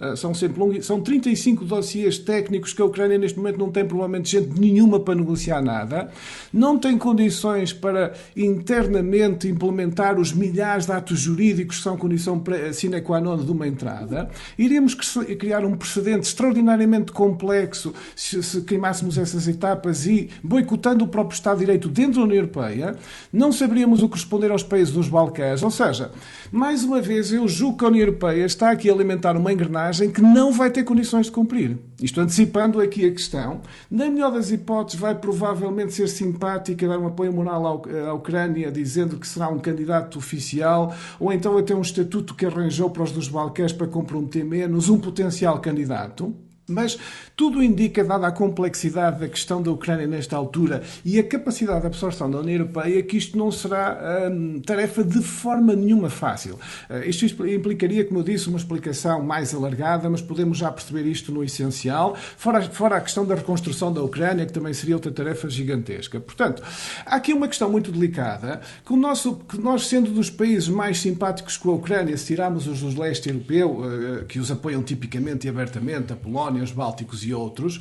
São sempre longos, são trinta e cinco dossiês técnicos que a Ucrânia neste momento não tem provavelmente gente nenhuma para negociar nada, não tem condições para internamente implementar os milhares de atos jurídicos que são condição sine qua non de uma entrada. Iríamos criar um precedente extraordinariamente complexo se, se queimássemos essas etapas e boicotando o próprio Estado de Direito dentro da União Europeia, não saberíamos o que responder aos países dos Balcãs. Ou seja, mais uma vez, eu julgo que a União Europeia está aqui a alimentar uma engrenagem que não vai ter condições de cumprir. Isto antecipando aqui a questão. Na melhor das hipóteses, vai provavelmente ser simpática, dar um apoio moral à Ucrânia, dizendo que será um candidato oficial, ou então até um estatuto que arranjou para os dos Balcãs para comprometer menos um potencial candidato. Mas tudo indica, dada a complexidade da questão da Ucrânia nesta altura e a capacidade de absorção da União Europeia, que isto não será hum, tarefa de forma nenhuma fácil. Uh, isto implicaria, como eu disse, uma explicação mais alargada, mas podemos já perceber isto no essencial, fora, fora a questão da reconstrução da Ucrânia, que também seria outra tarefa gigantesca. Portanto, há aqui uma questão muito delicada, que, o nosso, que nós, sendo dos países mais simpáticos com a Ucrânia, se tirarmos os do leste europeu, uh, que os apoiam tipicamente e abertamente, a Polónia, os Bálticos e outros,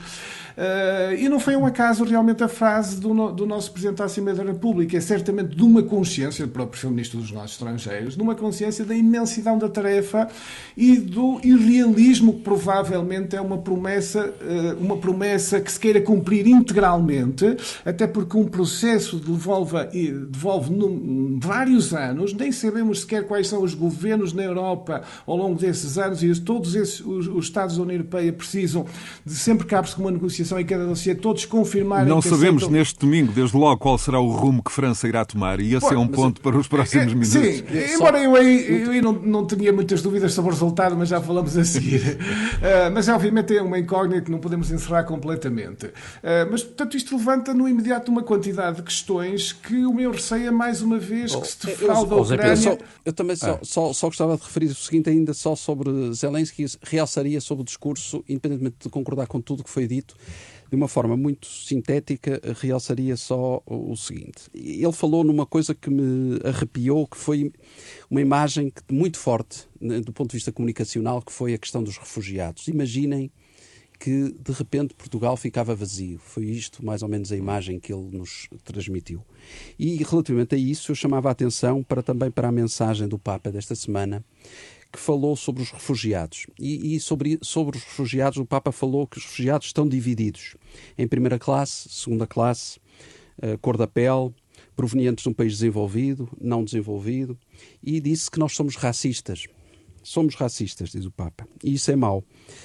uh, e não foi um acaso realmente a frase do, no, do nosso Presidente da Assembleia da República, é certamente de uma consciência, do próprio Ministro dos Negócios Estrangeiros, de uma consciência da imensidão da tarefa e do irrealismo que provavelmente é uma promessa, uh, uma promessa que se queira cumprir integralmente, até porque um processo devolve, devolve num, vários anos, nem sabemos sequer quais são os governos na Europa ao longo desses anos e todos esses, os, os Estados da União Europeia precisam de sempre que abre-se com uma negociação em cada dossiê, todos confirmarem... Não que sabemos aceitam... neste domingo, desde logo, qual será o rumo que França irá tomar, e esse Pô, é um ponto para os próximos minutos. Sim, embora eu aí, eu aí não, não tinha muitas dúvidas sobre o resultado, mas já falamos a seguir. uh, mas obviamente é uma incógnita que não podemos encerrar completamente. Uh, mas, portanto, isto levanta no imediato uma quantidade de questões que o meu receio é, mais uma vez, que se defrauda a Ucrânia... Eu, só, eu também só, ah. só, só gostava de referir o seguinte ainda só sobre Zelensky, realçaria sobre o discurso, independentemente de concordar com tudo o que foi dito, de uma forma muito sintética, realçaria só o seguinte. Ele falou numa coisa que me arrepiou, que foi uma imagem muito forte, do ponto de vista comunicacional, que foi a questão dos refugiados. Imaginem que, de repente, Portugal ficava vazio. Foi isto, mais ou menos, a imagem que ele nos transmitiu. E, relativamente a isso, eu chamava a atenção para, também para a mensagem do Papa desta semana, que falou sobre os refugiados. E, e sobre, sobre os refugiados, o Papa falou que os refugiados estão divididos em primeira classe, segunda classe, uh, cor da pele, provenientes de um país desenvolvido, não desenvolvido, e disse que nós somos racistas. Somos racistas, diz o Papa. E isso é mau.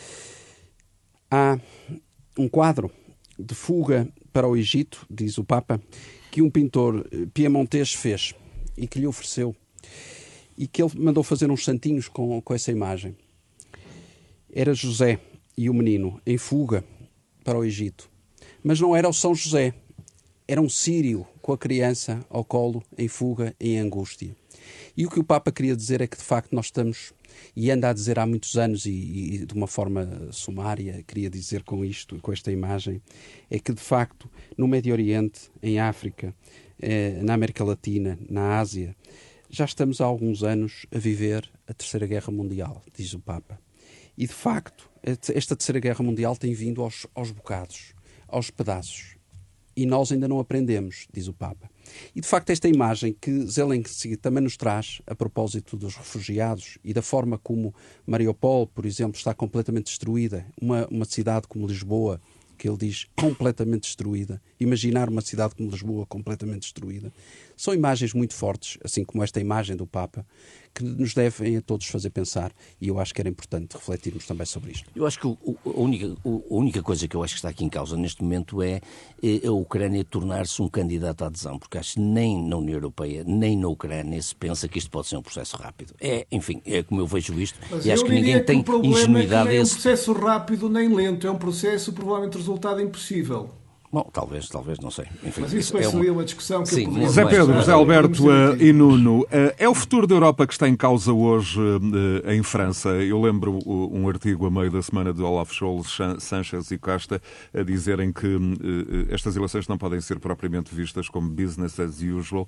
Há um quadro de fuga para o Egito, diz o Papa, que um pintor piemontês fez e que lhe ofereceu. E que ele mandou fazer uns santinhos com, com essa imagem. Era José e o menino em fuga para o Egito. Mas não era o São José. Era um sírio com a criança ao colo, em fuga, em angústia. E o que o Papa queria dizer é que, de facto, nós estamos, e anda a dizer há muitos anos, e, e de uma forma sumária, queria dizer com isto, com esta imagem, é que, de facto, no Médio Oriente, em África, eh, na América Latina, na Ásia, já estamos há alguns anos a viver a Terceira Guerra Mundial, diz o Papa. E, de facto, esta Terceira Guerra Mundial tem vindo aos, aos bocados, aos pedaços. E nós ainda não aprendemos, diz o Papa. E, de facto, esta imagem que Zelensky também nos traz, a propósito dos refugiados e da forma como Mariupol, por exemplo, está completamente destruída, uma, uma cidade como Lisboa, que ele diz completamente destruída, imaginar uma cidade como Lisboa completamente destruída, são imagens muito fortes, assim como esta imagem do Papa, que nos devem a todos fazer pensar, e eu acho que era importante refletirmos também sobre isto. Eu acho que o, o, a, única, o, a única coisa que eu acho que está aqui em causa neste momento é, é a Ucrânia tornar-se um candidato à adesão, porque acho que nem na União Europeia, nem na Ucrânia se pensa que isto pode ser um processo rápido. É, enfim, é como eu vejo isto, Mas e acho que ninguém que tem ingenuidade. É que não é um esse... processo rápido nem lento, é um processo provavelmente resultado impossível. Bom, talvez, talvez, não sei. Enfim, Mas isso depois seria é um... uma discussão que Sim, eu poderia... José Pedro, José Alberto uh, e Nuno, uh, é o futuro da Europa que está em causa hoje uh, em França. Eu lembro uh, um artigo a meio da semana de Olaf Scholz, Sanchez e Costa a dizerem que uh, estas eleições não podem ser propriamente vistas como business as usual,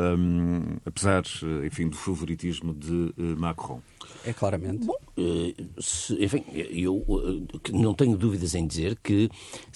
um, apesar, enfim, do favoritismo de uh, Macron. É claramente. Bom, se, enfim, eu não tenho dúvidas em dizer que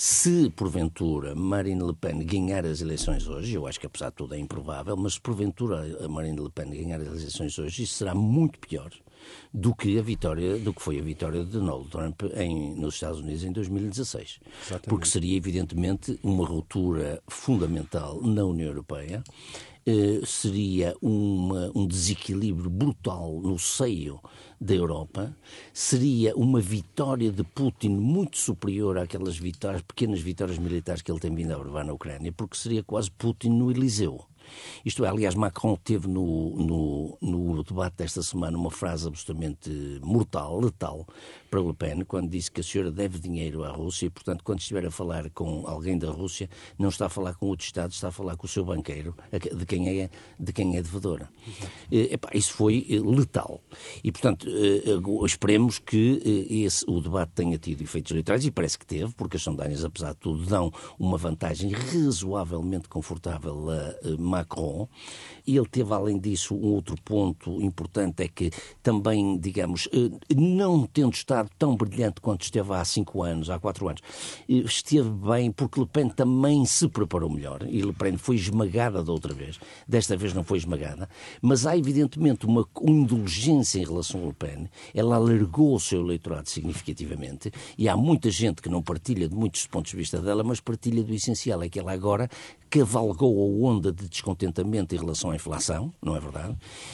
se porventura Marine Le Pen ganhar as eleições hoje, eu acho que apesar de tudo é improvável, mas se porventura a Marine Le Pen ganhar as eleições hoje, isso será muito pior do que a vitória, do que foi a vitória de Donald Trump em, nos Estados Unidos em dois mil e dezasseis. Exatamente. Porque seria evidentemente uma ruptura fundamental na União Europeia. Uh, seria uma, um desequilíbrio brutal no seio da Europa, seria uma vitória de Putin muito superior àquelas vitórias, pequenas vitórias militares que ele tem vindo a levar na Ucrânia, porque seria quase Putin no Eliseu. Isto é, aliás, Macron teve no, no, no debate desta semana uma frase absolutamente mortal, letal, para Le Pen, quando disse que a senhora deve dinheiro à Rússia e, portanto, quando estiver a falar com alguém da Rússia, não está a falar com outro Estado, está a falar com o seu banqueiro, de quem é, de quem é devedora. E, epá, isso foi letal. E, portanto, esperemos que esse, o debate tenha tido efeitos eleitorais, e parece que teve, porque as sondagens, apesar de tudo, dão uma vantagem razoavelmente confortável a Macron. E ele teve, além disso, um outro ponto importante, é que também, digamos, não tendo estado tão brilhante quanto esteve há cinco anos, há quatro anos, esteve bem porque Le Pen também se preparou melhor, e Le Pen foi esmagada da outra vez, desta vez não foi esmagada, mas há evidentemente uma indulgência em relação a Le Pen, ela alargou o seu eleitorado significativamente, e há muita gente que não partilha de muitos pontos de vista dela, mas partilha do essencial, é que ela agora cavalgou a onda de descontentamento em relação à inflação, não é verdade?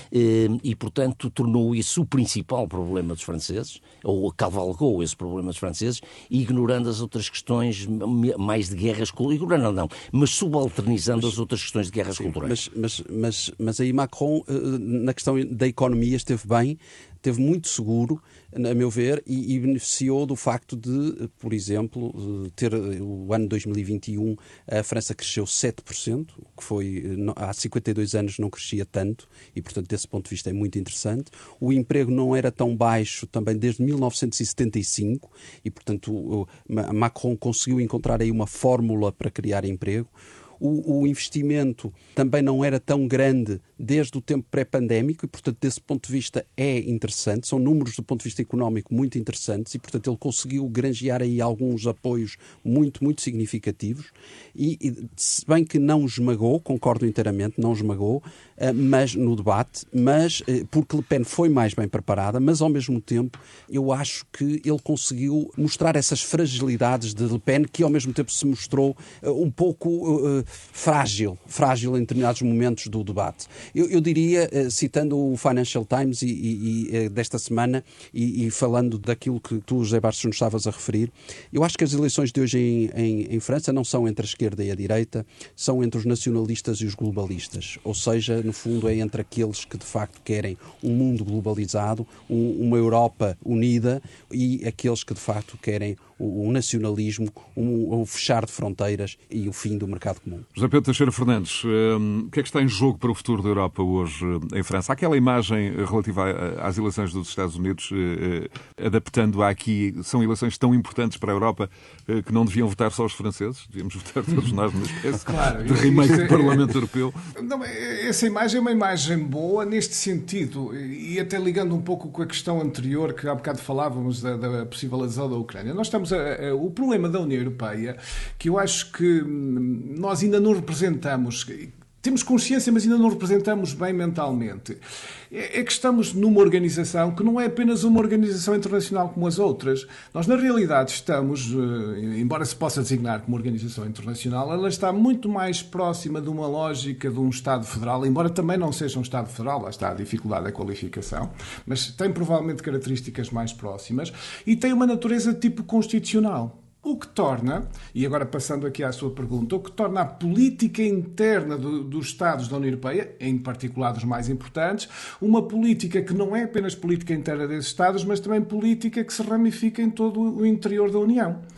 E, portanto, tornou isso o principal problema dos franceses, ou cavalgou esse problema dos franceses, ignorando as outras questões mais de guerras culturais, ignorando não, mas subalternizando mas, as outras questões de guerras sim, culturais. Mas, mas, mas, mas aí Macron, na questão da economia, esteve bem, esteve muito seguro, a meu ver, e, e beneficiou do facto de, por exemplo, ter o ano dois mil e vinte e um, a França cresceu sete por cento, que foi, há cinquenta e dois anos não crescia tanto, e portanto desse ponto de vista é muito interessante. O emprego não era tão baixo também desde mil novecentos e setenta e cinco, e portanto Macron conseguiu encontrar aí uma fórmula para criar emprego. O, o investimento também não era tão grande desde o tempo pré-pandémico e, portanto, desse ponto de vista é interessante. São números do ponto de vista económico muito interessantes e, portanto, ele conseguiu granjear aí alguns apoios muito, muito significativos e, e se bem que não esmagou, concordo inteiramente, não esmagou, mas no debate, mas porque Le Pen foi mais bem preparada, mas ao mesmo tempo eu acho que ele conseguiu mostrar essas fragilidades de Le Pen, que ao mesmo tempo se mostrou um pouco uh, frágil, frágil em determinados momentos do debate. Eu, eu diria, uh, citando o Financial Times e, e, e, desta semana e, e falando daquilo que tu, José Bastos, nos estavas a referir, eu acho que as eleições de hoje em, em, em França não são entre a esquerda e a direita, são entre os nacionalistas e os globalistas, ou seja, no fundo é entre aqueles que de facto querem um mundo globalizado, um, uma Europa unida e aqueles que de facto querem o, o nacionalismo, o, o fechar de fronteiras e o fim do mercado comum. José Pedro Teixeira Fernandes, um, o que é que está em jogo para o futuro da Europa hoje em França? Há aquela imagem relativa às eleições dos Estados Unidos, uh, adaptando-a aqui, são eleições tão importantes para a Europa uh, que não deviam votar só os franceses, devíamos votar todos nós numa espécie claro, de remake do Parlamento Europeu. Não, essa imagem é uma imagem boa neste sentido, e até ligando um pouco com a questão anterior, que há bocado falávamos da, da possível adesão da Ucrânia. Nós estamos a, a, o problema da União Europeia, que eu acho que nós ainda não representamos, temos consciência, mas ainda não representamos bem mentalmente, é que estamos numa organização que não é apenas uma organização internacional como as outras. Nós, na realidade, estamos, embora se possa designar como organização internacional, ela está muito mais próxima de uma lógica de um Estado federal, embora também não seja um Estado federal, lá está a dificuldade da qualificação, mas tem provavelmente características mais próximas e tem uma natureza de tipo constitucional. O que torna, e agora passando aqui à sua pergunta, o que torna a política interna do, dos Estados da União Europeia, em particular dos mais importantes, uma política que não é apenas política interna desses Estados, mas também política que se ramifica em todo o interior da União.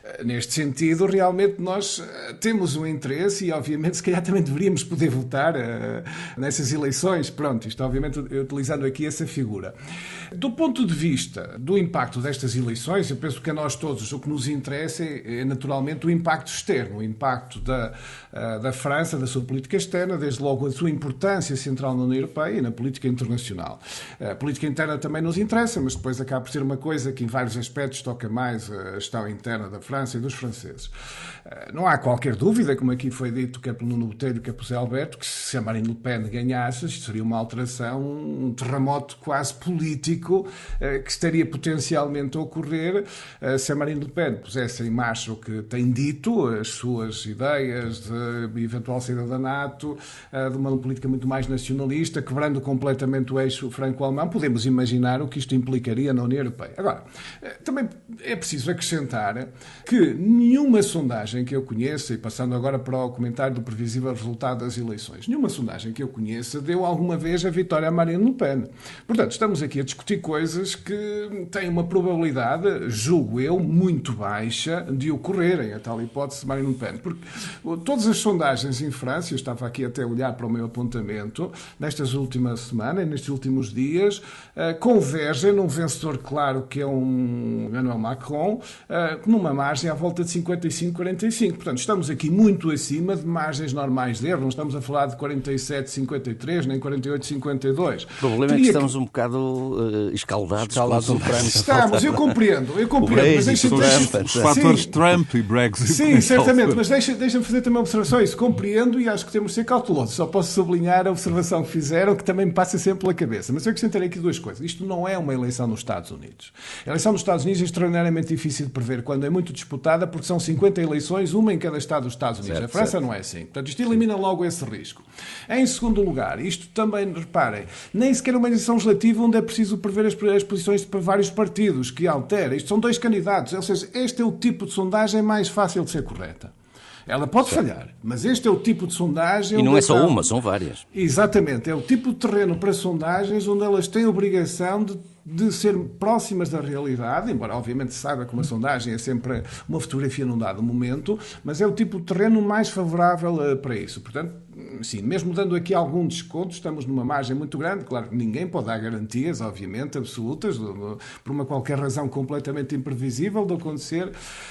Neste sentido, realmente nós temos um interesse e, obviamente, se calhar também deveríamos poder votar uh, nessas eleições. Pronto, isto obviamente utilizando aqui essa figura. Do ponto de vista do impacto destas eleições, eu penso que a nós todos o que nos interessa é, é naturalmente o impacto externo, o impacto da, uh, da França, da sua política externa, desde logo a sua importância central na União Europeia e na política internacional. A política interna também nos interessa, mas depois acaba por ser uma coisa que em vários aspectos toca mais a gestão interna da França e dos franceses. Não há qualquer dúvida, como aqui foi dito, quer pelo Nuno Botelho, quer pelo José Alberto, que se a Marine Le Pen ganhasse, isto seria uma alteração, um terremoto quase político que estaria potencialmente a ocorrer se a Marine Le Pen pusesse em marcha o que tem dito, as suas ideias de eventual saída da NATO, de uma política muito mais nacionalista, quebrando completamente o eixo franco-alemão. Podemos imaginar o que isto implicaria na União Europeia. Agora, também é preciso acrescentar que nenhuma sondagem que eu conheça, e passando agora para o comentário do previsível resultado das eleições, nenhuma sondagem que eu conheça deu alguma vez a vitória a Marine Le Pen. Portanto, estamos aqui a discutir coisas que têm uma probabilidade, julgo eu, muito baixa de ocorrerem, a tal hipótese de Marine Le Pen. Porque todas as sondagens em França, eu estava aqui até a olhar para o meu apontamento, nestas últimas semanas, nestes últimos dias, convergem num vencedor claro que é um Emmanuel Macron, numa margem à volta de cinquenta e cinco a quarenta e cinco. Portanto, estamos aqui muito acima de margens normais de erro. Não estamos a falar de quarenta e sete a cinquenta e três, nem quarenta e oito a cinquenta e dois. O problema Teria é que estamos que... um bocado uh, escaldados. escaldados com Trump. Estamos, eu compreendo. Eu compreendo. Mas deixa, deixa... Os fatores Trump e Brexit. Sim, certamente. Mas deixa-me deixa fazer também uma observação. Isso compreendo e acho que temos de ser cautelosos. Só posso sublinhar a observação que fizeram, que também me passa sempre pela cabeça. Mas eu acrescentarei aqui duas coisas. Isto não é uma eleição nos Estados Unidos. A eleição nos Estados Unidos é extraordinariamente difícil de prever quando é muito disputada, porque são cinquenta eleições, uma em cada Estado dos Estados Unidos. Certo, a França certo. Não é assim. Portanto, isto elimina logo esse risco. Em segundo lugar, isto também, reparem, nem sequer uma eleição legislativa onde é preciso prever as, as posições para vários partidos, que altera. Isto são dois candidatos. Ou seja, este é o tipo de sondagem mais fácil de ser correta. Ela pode certo. falhar, mas este é o tipo de sondagem... E não é só está... uma, são várias. Exatamente. É o tipo de terreno para sondagens onde elas têm a obrigação de de ser próximas da realidade, embora obviamente se saiba que uma sondagem é sempre uma fotografia num dado momento, mas é o tipo de terreno mais favorável uh, para isso. Portanto, sim, mesmo dando aqui algum desconto, estamos numa margem muito grande. Claro que ninguém pode dar garantias, obviamente, absolutas, de, de, por uma qualquer razão completamente imprevisível, de acontecer uh,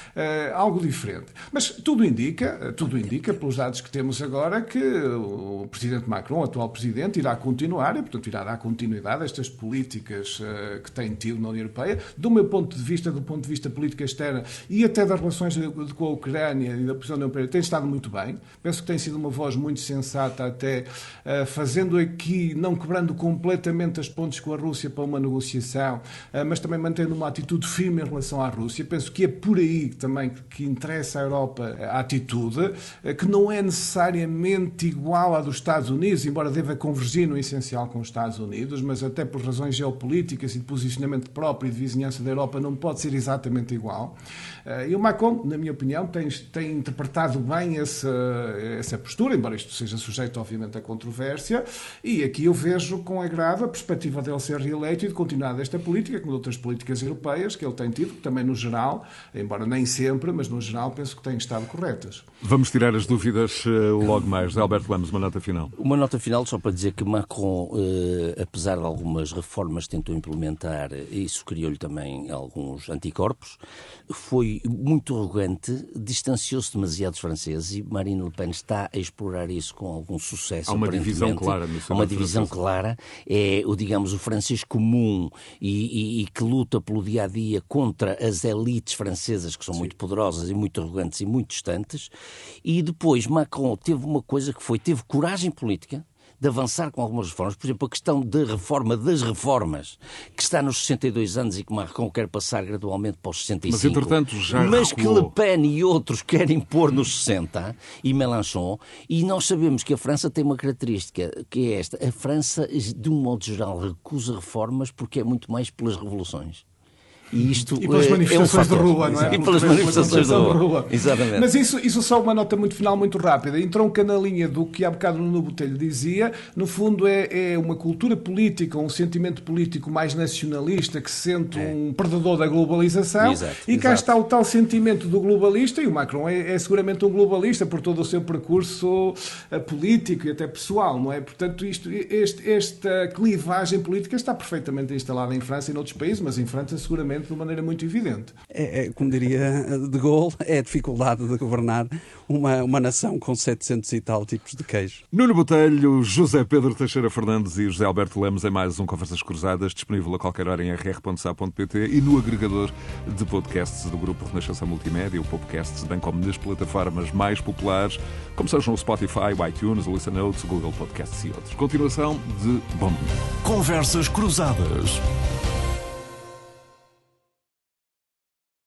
algo diferente. Mas tudo indica, tudo indica, pelos dados que temos agora, que o Presidente Macron, o atual Presidente, irá continuar, e portanto irá dar continuidade a estas políticas uh, que tem tido na União Europeia, do meu ponto de vista, do ponto de vista política externa e até das relações com a Ucrânia e da posição da União Europeia, tem estado muito bem. Penso que tem sido uma voz muito sensata, até uh, fazendo aqui, não quebrando completamente as pontes com a Rússia para uma negociação, uh, mas também mantendo uma atitude firme em relação à Rússia. Penso que é por aí também que interessa à Europa a atitude, uh, que não é necessariamente igual à dos Estados Unidos, embora deva convergir no essencial com os Estados Unidos, mas até por razões geopolíticas e de posicionamento próprio e de vizinhança da Europa não pode ser exatamente igual. E o Macron, na minha opinião, tem, tem interpretado bem essa, essa postura, embora isto seja sujeito, obviamente, a controvérsia, e aqui eu vejo com agrado a perspectiva dele ser reeleito e de continuar desta política, como de outras políticas europeias que ele tem tido, que também no geral, embora nem sempre, mas no geral penso que têm estado corretas. Vamos tirar as dúvidas logo mais. Alberto Lemos, uma nota final. Uma nota final só para dizer que Macron, eh, apesar de algumas reformas que tentou implementar, isso criou-lhe também alguns anticorpos, foi muito arrogante, distanciou-se demasiado dos franceses e Marine Le Pen está a explorar isso com algum sucesso. Há uma divisão clara. Há uma divisão clara. É, o, digamos, o francês comum e, e, e que luta pelo dia-a-dia contra as elites francesas, que são Sim. muito poderosas e muito arrogantes e muito distantes. E depois Macron teve uma coisa que foi, teve coragem política de avançar com algumas reformas. Por exemplo, a questão da reforma das reformas, que está nos sessenta e dois anos e que Macron quer passar gradualmente para os sessenta e cinco. Mas, entretanto, já Mas recuou. que Le Pen e outros querem pôr nos sessenta, e Mélenchon, e nós sabemos que a França tem uma característica, que é esta. A França, de um modo geral, recusa reformas porque é muito mais pelas revoluções. E isto E pelas manifestações é um de rua, não é? E pelas manifestações de rua. Exatamente. Mas isso, isso só uma nota muito final, muito rápida. Entronca na linha do que há bocado no Botelho dizia. No fundo, é, é uma cultura política, um sentimento político mais nacionalista que se sente é. um predador da globalização. Exato, e cá exato. está o tal sentimento do globalista. E o Macron é, é seguramente um globalista por todo o seu percurso uh, político e até pessoal, não é? Portanto, isto, este, esta clivagem política está perfeitamente instalada em França e noutros países, mas em França seguramente de maneira muito evidente. É, é, como diria De Gaulle, é a dificuldade de governar uma, uma nação com setecentos e tal tipos de queijo. Nuno Botelho, José Pedro Teixeira Fernandes e José Alberto Lemos em mais um Conversas Cruzadas, disponível a qualquer hora em r r ponto s a ponto p t e no agregador de podcasts do Grupo Renascença Multimédia, o Podcasts, bem como nas plataformas mais populares, como sejam o Spotify, o iTunes, o Listen Notes, o Google Podcasts e outros. Continuação de bom dia. Conversas Cruzadas.